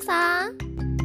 minasan.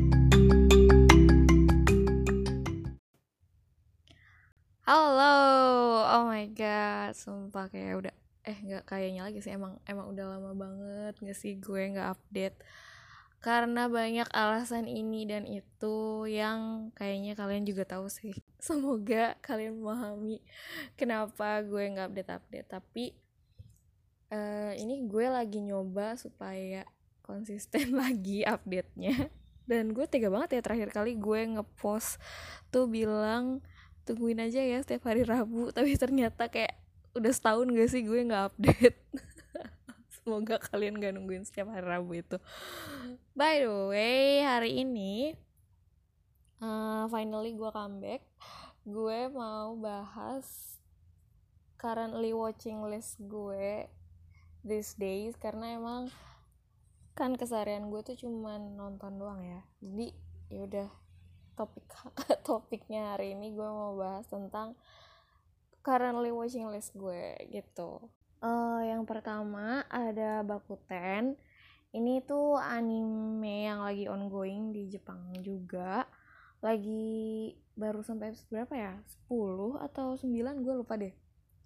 Halo, oh my god, sumpah kayak udah nggak kayaknya lagi sih, emang udah lama banget nggak sih gue nggak update karena banyak alasan ini dan itu yang kayaknya kalian juga tahu sih. Semoga kalian memahami kenapa gue nggak update. Tapi ini gue lagi nyoba supaya konsisten lagi update-nya. Dan gue tega banget ya, terakhir kali gue ngepost tuh bilang tungguin aja ya setiap hari Rabu, tapi ternyata kayak udah setahun gak sih gue nggak update. Semoga kalian gak nungguin setiap hari Rabu itu. By the way, hari ini finally gue comeback. Gue mau bahas currently watching list gue these days, karena emang kan keseharian gue tuh cuman nonton doang ya. Jadi ya udah, topiknya hari ini gue mau bahas tentang currently watching list gue gitu. Yang pertama ada Bakuten. Ini tuh anime yang lagi ongoing di Jepang juga. Lagi baru sampai episode berapa ya? 10 atau 9, gue lupa deh.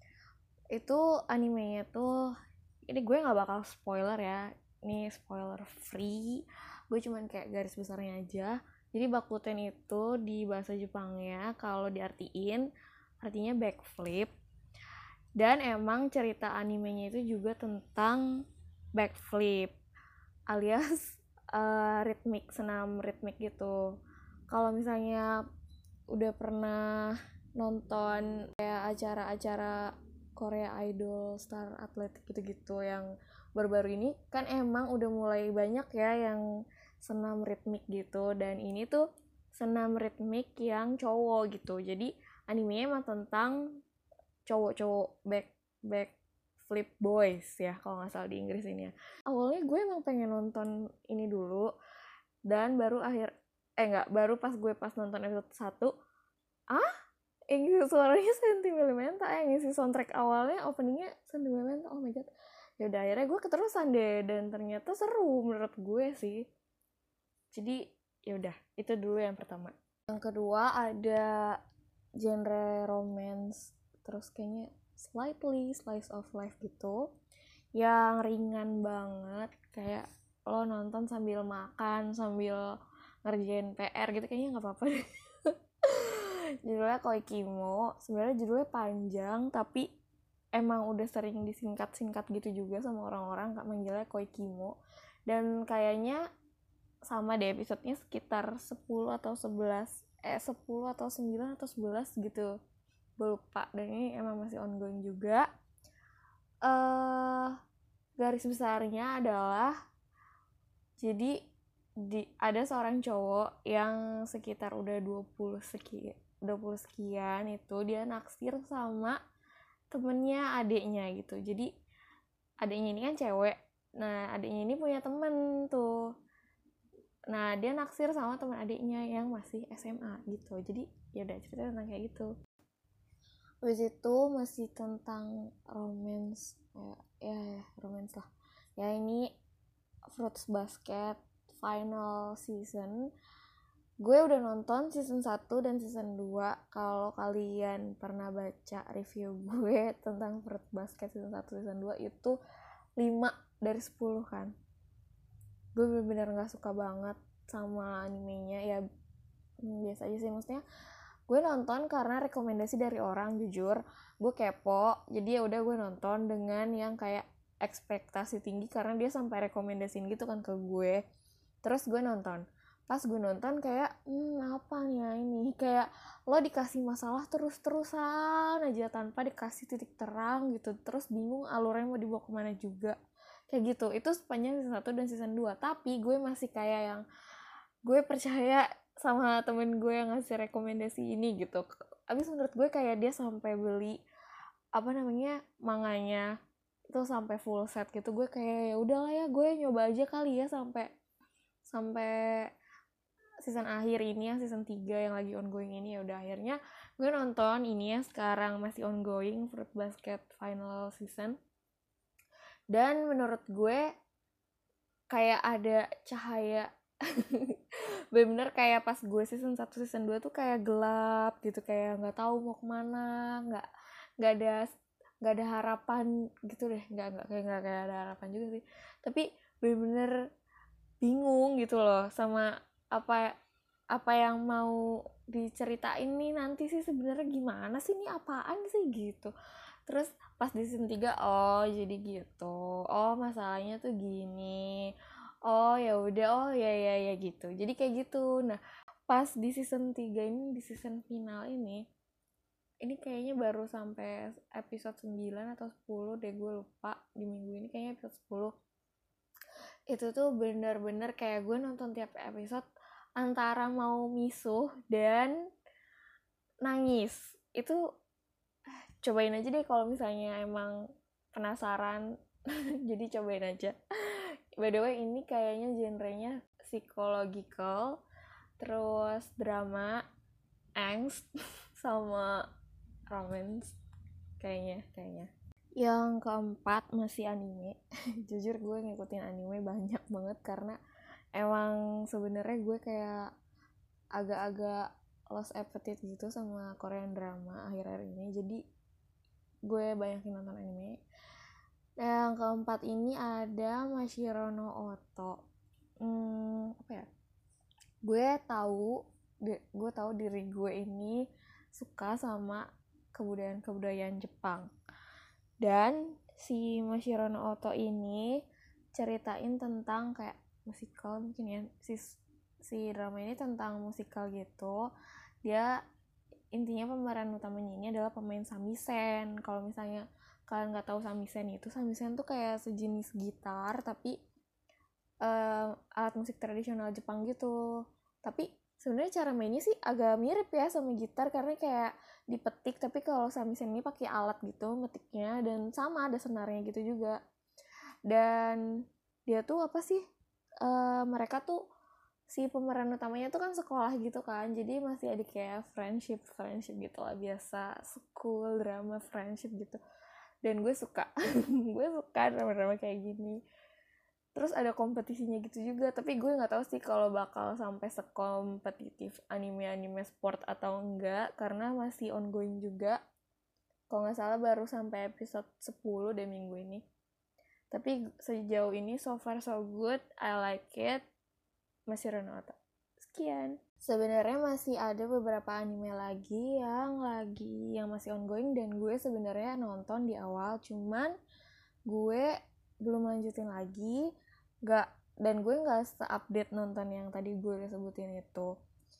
Itu animenya tuh, ini gue gak bakal spoiler ya, ini spoiler free, gue cuman kayak garis besarnya aja. Jadi Bakuten itu di bahasa Jepangnya kalau diartiin artinya backflip, dan emang cerita animenya itu juga tentang backflip alias senam ritmik gitu. Kalau misalnya udah pernah nonton kayak acara-acara Korea Idol, Star Athletic gitu-gitu yang baru-baru ini, kan emang udah mulai banyak ya yang senam ritmik gitu. Dan ini tuh senam ritmik yang cowok gitu. Jadi animenya emang tentang cowok-cowok back flip boys ya, kalau nggak salah di Inggris ini ya. Awalnya gue emang pengen nonton ini dulu, dan baru pas gue nonton episode 1, yang ngisi suaranya Sentimental, yang ngisi soundtrack awalnya openingnya Sentimental, oh my god. Ya udah, akhirnya gue keterusan deh, dan ternyata seru menurut gue sih. Jadi ya udah, itu dulu yang pertama. Yang kedua ada genre romance, terus kayaknya slightly slice of life gitu, yang ringan banget, kayak lo nonton sambil makan, sambil ngerjain PR gitu, kayaknya nggak apa-apa deh. Judulnya Koikimo. Sebenarnya judulnya panjang, tapi emang udah sering disingkat-singkat gitu juga sama orang-orang, kak manggilnya Koikimo. Dan kayaknya sama deh episodenya, sekitar 10 atau 11 10 atau 9 atau 11 gitu, gue lupa. Dan ini emang masih ongoing juga. Garis besarnya adalah, jadi ada seorang cowok yang sekitar udah 20 sekian itu, dia naksir sama temennya adeknya gitu. Jadi adeknya ini kan cewek, nah adeknya ini punya temen tuh, nah dia naksir sama teman adiknya yang masih SMA gitu. Jadi ya udah, cerita tentang kayak gitu. Habis itu masih tentang romance, ya romance lah ya. Ini Fruits Basket final season. Gue udah nonton season 1 dan season 2. Kalau kalian pernah baca review gue tentang Fruits Basket season 1 season 2, itu 5 dari 10 kan. Gue bener-bener gak suka banget sama animenya ya. Biasa aja sih, maksudnya gue nonton karena rekomendasi dari orang, jujur gue kepo, jadi ya udah gue nonton dengan yang kayak ekspektasi tinggi karena dia sampai rekomendasiin gitu kan ke gue. Terus gue nonton, pas gue nonton kayak apa nih ya ini, kayak lo dikasih masalah terus-terusan aja tanpa dikasih titik terang gitu, terus bingung alurnya mau dibawa kemana juga kayak gitu. Itu sepanjang season 1 dan season 2. Tapi gue masih kayak yang gue percaya sama temen gue yang ngasih rekomendasi ini gitu. Abis menurut gue kayak dia sampai beli manganya itu sampai full set gitu. Gue kayak ya udahlah ya, gue nyoba aja kali ya sampai season akhir ini ya, season 3 yang lagi ongoing ini. Ya udah, akhirnya gue nonton ini ya, sekarang masih ongoing Fruit Basket final season. Dan menurut gue kayak ada cahaya Bener-bener kayak pas gue season 1 season 2 tuh kayak gelap gitu, kayak nggak tahu mau kemana, nggak ada nggak ada harapan gitu deh, nggak ada harapan juga sih, tapi bener-bener bingung gitu loh sama apa apa yang mau diceritain nih nanti sih, sebenarnya gimana sih, ini apaan sih gitu. Terus pas di season 3, oh jadi gitu, oh masalahnya tuh gini, oh ya udah, oh ya ya ya gitu, jadi kayak gitu. Nah pas di season 3 ini, di season final ini kayaknya baru sampai episode 9 atau 10 deh, gue lupa, di minggu ini kayaknya episode 10. Itu tuh bener-bener kayak gue nonton tiap episode antara mau misuh dan nangis. Itu cobain aja deh kalau misalnya emang penasaran. Jadi cobain aja. By the way, ini kayaknya genrenya psychological, terus drama, angst, sama romance kayaknya. Yang keempat masih anime. Jujur gue ngikutin anime banyak banget karena emang sebenarnya gue kayak agak-agak lost appetite gitu sama Korean drama akhir-akhir ini, jadi gue banyakin nonton anime. Yang keempat ini ada Mashiro no Oto. Apa ya, gue tahu diri gue ini suka sama kebudayaan Jepang, dan si Mashiro no Oto ini ceritain tentang kayak musikal mungkin ya, si drama ini tentang musikal gitu. Dia intinya pemeran utamanya ini adalah pemain samisen. Kalau misalnya kalian nggak tahu samisen tuh kayak sejenis gitar tapi alat musik tradisional Jepang gitu. Tapi sebenarnya cara mainnya sih agak mirip ya sama gitar karena kayak dipetik, tapi kalau samisen ini pakai alat gitu metiknya, dan sama ada senarnya gitu juga. Dan dia tuh apa sih, mereka tuh si pemeran utamanya tuh kan sekolah gitu kan, jadi masih ada kayak friendship gitu lah, biasa school drama friendship gitu. Dan gue suka gue suka drama-drama kayak gini. Terus ada kompetisinya gitu juga, tapi gue nggak tahu sih kalau bakal sampai sekompetitif anime sport atau enggak karena masih ongoing juga. Kalau nggak salah baru sampai episode 10 deh minggu ini. Tapi sejauh ini so far so good, I like it. Masih Renata. Sekian. Sebenarnya masih ada beberapa anime lagi yang masih ongoing dan gue sebenarnya nonton di awal, cuman gue belum lanjutin lagi, dan gue nggak se-update nonton yang tadi gue udah sebutin itu.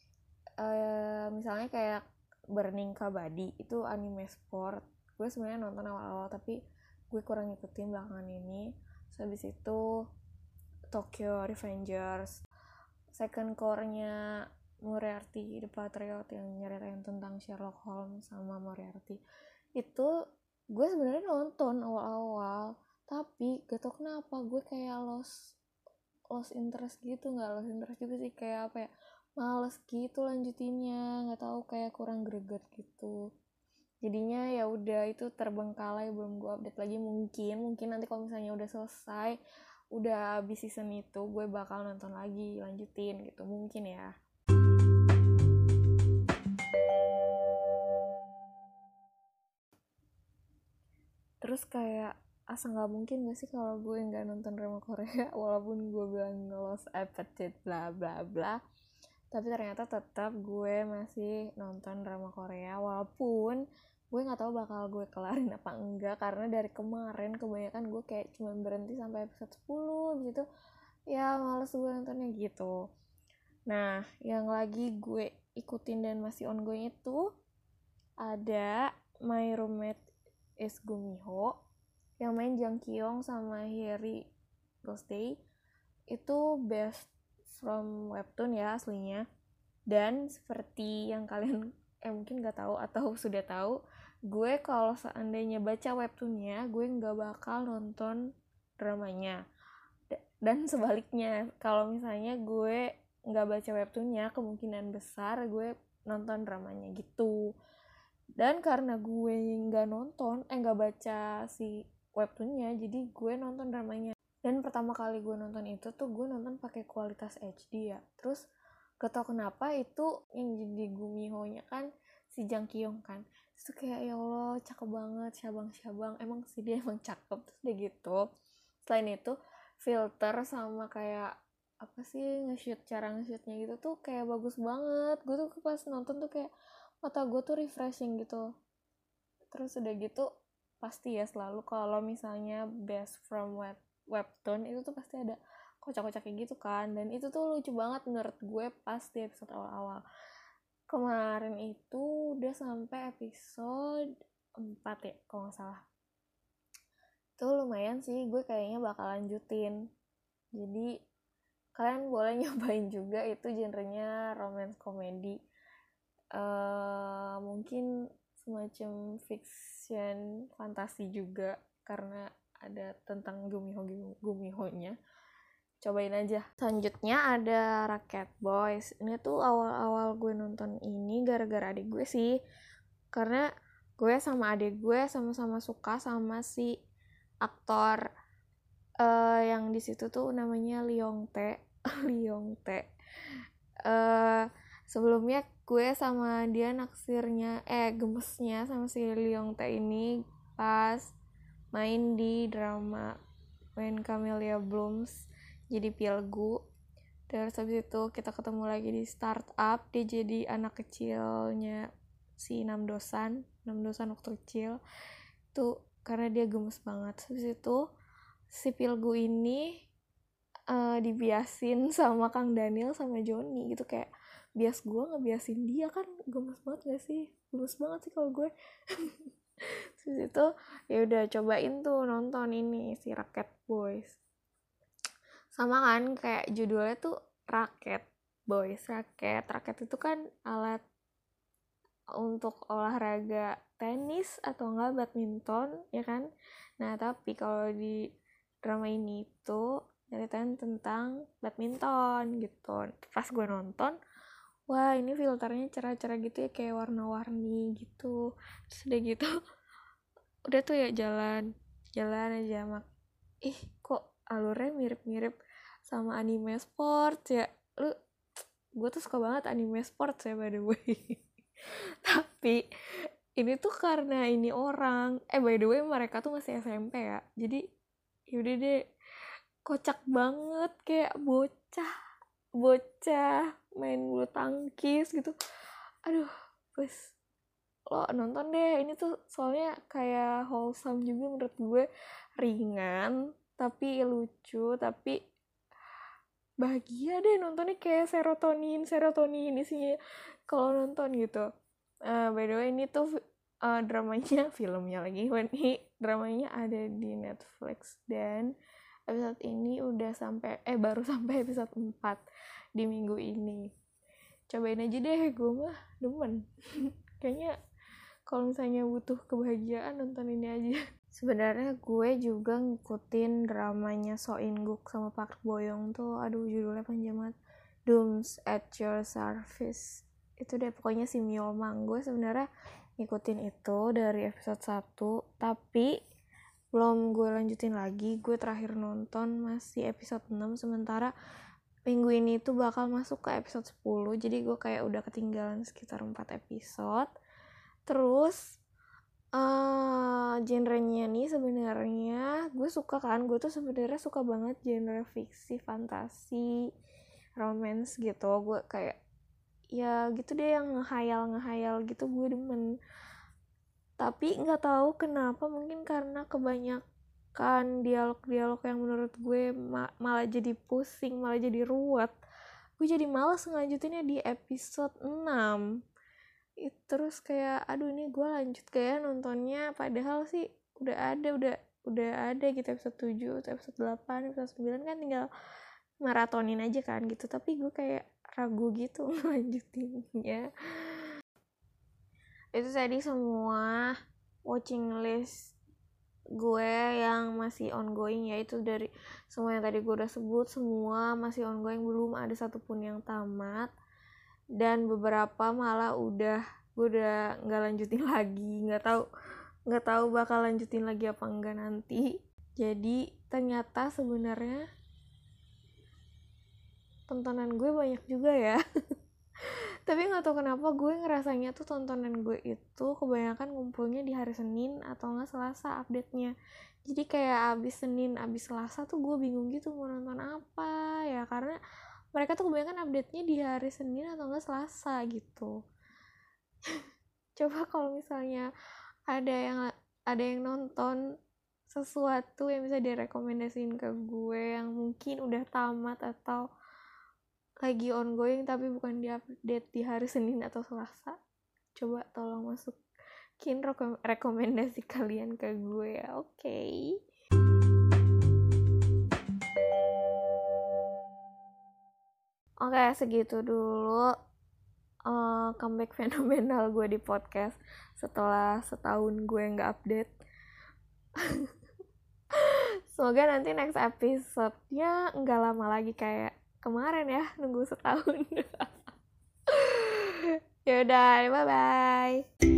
Misalnya kayak Burning Kabaddi, itu anime sport, gue sebenarnya nonton awal-awal tapi gue kurang ngikutin belakangan ini. Terus habis itu Tokyo Revengers, second core-nya Moriarty the Patriot yang nyeritain tentang Sherlock Holmes sama Moriarty. Itu gue sebenarnya nonton awal-awal, tapi gak tau kenapa gue kayak lost interest gitu. Nggak lost interest juga sih, kayak apa ya, males gitu lanjutinnya, nggak tahu, kayak kurang greget gitu. Jadinya ya udah, itu terbengkalai, belum gue update lagi. Mungkin nanti kalau misalnya udah selesai, udah habis season itu, gue bakal nonton lagi, lanjutin gitu, mungkin ya. Terus kayak asa nggak mungkin gak sih kalau gue nggak nonton drama Korea walaupun gue bilang lost appetite bla bla bla, tapi ternyata tetap gue masih nonton drama Korea, walaupun gue nggak tahu bakal gue kelarin apa enggak karena dari kemarin kebanyakan gue kayak cuma berhenti sampai episode 10 gitu ya, males gue nontonnya gitu. Nah yang lagi gue ikutin dan masih ongoing itu ada My Roommate is Gumiho yang main Jang Kyung sama Hyeri Gosday. Itu based from webtoon ya aslinya. Dan seperti yang kalian mungkin gak tahu atau sudah tahu, gue kalau seandainya baca webtoonnya, gue gak bakal nonton dramanya. Dan sebaliknya, kalau misalnya gue gak baca webtoonnya, kemungkinan besar gue nonton dramanya gitu. Dan karena gue nggak baca si webtoonnya, jadi gue nonton dramanya. Dan pertama kali gue nonton itu tuh gue nonton pakai kualitas HD ya. Terus gak tau kenapa itu yang jadi Gumiho-nya kan si Jang Kyung kan. Terus tuh kayak ya Allah cakep banget, syabang-syabang. Emang sih dia emang cakep. Terus udah gitu. Selain itu filter sama kayak apa sih cara nge-shootnya gitu tuh kayak bagus banget. Gue tuh pas nonton tuh kayak mata gue tuh refreshing gitu. Terus udah gitu pasti ya selalu kalau misalnya best from webtoon itu tuh pasti ada kocak-kocak kayak gitu kan, dan itu tuh lucu banget menurut gue pas di episode awal-awal. Kemarin itu udah sampai episode 4 ya kalau nggak salah. Itu lumayan sih, gue kayaknya bakal lanjutin. Jadi kalian boleh nyobain juga, itu genrenya romance komedi. Mungkin semacam fiction fantasi juga karena ada tentang Gumiho-nya. Cobain aja. Selanjutnya ada Rocket Boys. Ini tuh awal-awal gue nonton ini gara-gara adik gue sih. Karena gue sama adik gue sama-sama suka sama si aktor yang di situ tuh namanya Leong Tae. Leong Tae. Sebelumnya gue sama dia naksirnya gemesnya sama si Leong Tae ini pas main di drama When Camellia Blooms jadi Pilgu. Terus habis itu kita ketemu lagi di startup, dia jadi anak kecilnya si Namdosan waktu kecil tuh karena dia gemes banget. Habis itu si Pilgu ini dibiasin sama Kang Daniel sama Joni gitu, kayak bias gue ngebiasin dia kan gemes banget gak sih? Gemes banget sih kalau gue. Terus itu ya udah cobain tuh nonton ini si Rocket Boys. Sama kan kayak judulnya tuh Rocket Boys. Raket itu kan alat untuk olahraga tenis atau enggak badminton ya kan. Nah tapi kalau di drama ini tuh ceritain tentang badminton gitu. Pas gue nonton, wah ini filternya cerah-cerah gitu ya, kayak warna-warni gitu. Terus udah gitu udah tuh ya jalan aja kok alurnya mirip-mirip sama anime sport ya. Gue tuh suka banget anime sport ya by the way. Tapi ini tuh karena ini orang by the way mereka tuh masih SMP ya, jadi yaudah deh kocak banget kayak bocah main bulu tangkis gitu. Aduh please lo nonton deh, ini tuh soalnya kayak wholesome juga menurut gue, ringan tapi lucu tapi bahagia deh nontonnya, kayak serotonin isinya kalau nonton gitu. By the way ini tuh dramanya filmnya lagi ini dramanya ada di Netflix dan episode ini udah sampai baru sampai episode 4 di minggu ini. Cobain aja deh, gue mah demen. Kayaknya kalau misalnya butuh kebahagiaan nonton ini aja. Sebenarnya gue juga ngikutin dramanya So In-guk sama Park Bo-young tuh, aduh judulnya panjang banget, Dooms at Your Service. Itu deh pokoknya si Myolmang. Gue sebenarnya ngikutin itu dari episode 1 tapi belum gue lanjutin lagi. Gue terakhir nonton masih episode 6, sementara minggu ini tuh bakal masuk ke episode 10, jadi gue kayak udah ketinggalan sekitar 4 episode. Terus genrenya nih sebenarnya gue suka kan, gue tuh sebenarnya suka banget genre fiksi, fantasi, romance gitu. Gue kayak ya gitu deh yang ngehayal gitu, gue demen. Tapi nggak tahu kenapa, mungkin karena kebanyakan dialog yang menurut gue malah jadi pusing, malah jadi ruwet. Gue jadi malas ngelanjutinnya di episode 6. Terus kayak aduh ini gue lanjut kayak nontonnya, padahal sih udah ada gitu episode 7, episode 8, episode 9 kan tinggal maratonin aja kan gitu. Tapi gue kayak ragu gitu lanjutinnya. Itu tadi semua watching list gue yang masih ongoing, yaitu dari semua yang tadi gue udah sebut, semua masih ongoing, belum ada satupun yang tamat. Dan beberapa malah gue udah nggak lanjutin lagi, nggak tahu bakal lanjutin lagi apa enggak nanti. Jadi ternyata sebenarnya tontonan gue banyak juga ya. Tapi nggak tahu kenapa gue ngerasanya tuh tontonan gue itu kebanyakan ngumpulnya di hari Senin atau nggak Selasa update-nya. Jadi kayak abis Senin, abis Selasa tuh gue bingung gitu mau nonton apa ya, karena mereka tuh kebanyakan update-nya di hari Senin atau nggak Selasa gitu. Coba kalau misalnya ada yang nonton sesuatu yang bisa direkomendasiin ke gue yang mungkin udah tamat atau lagi ongoing tapi bukan diupdate di hari Senin atau Selasa, coba tolong masukin rekomendasi kalian ke gue ya. Oke. Oke, segitu dulu comeback fenomenal gue di podcast setelah setahun gue nggak update. Semoga nanti next episode-nya nggak lama lagi kayak kemarin ya, nunggu setahun. Yaudah, bye-bye.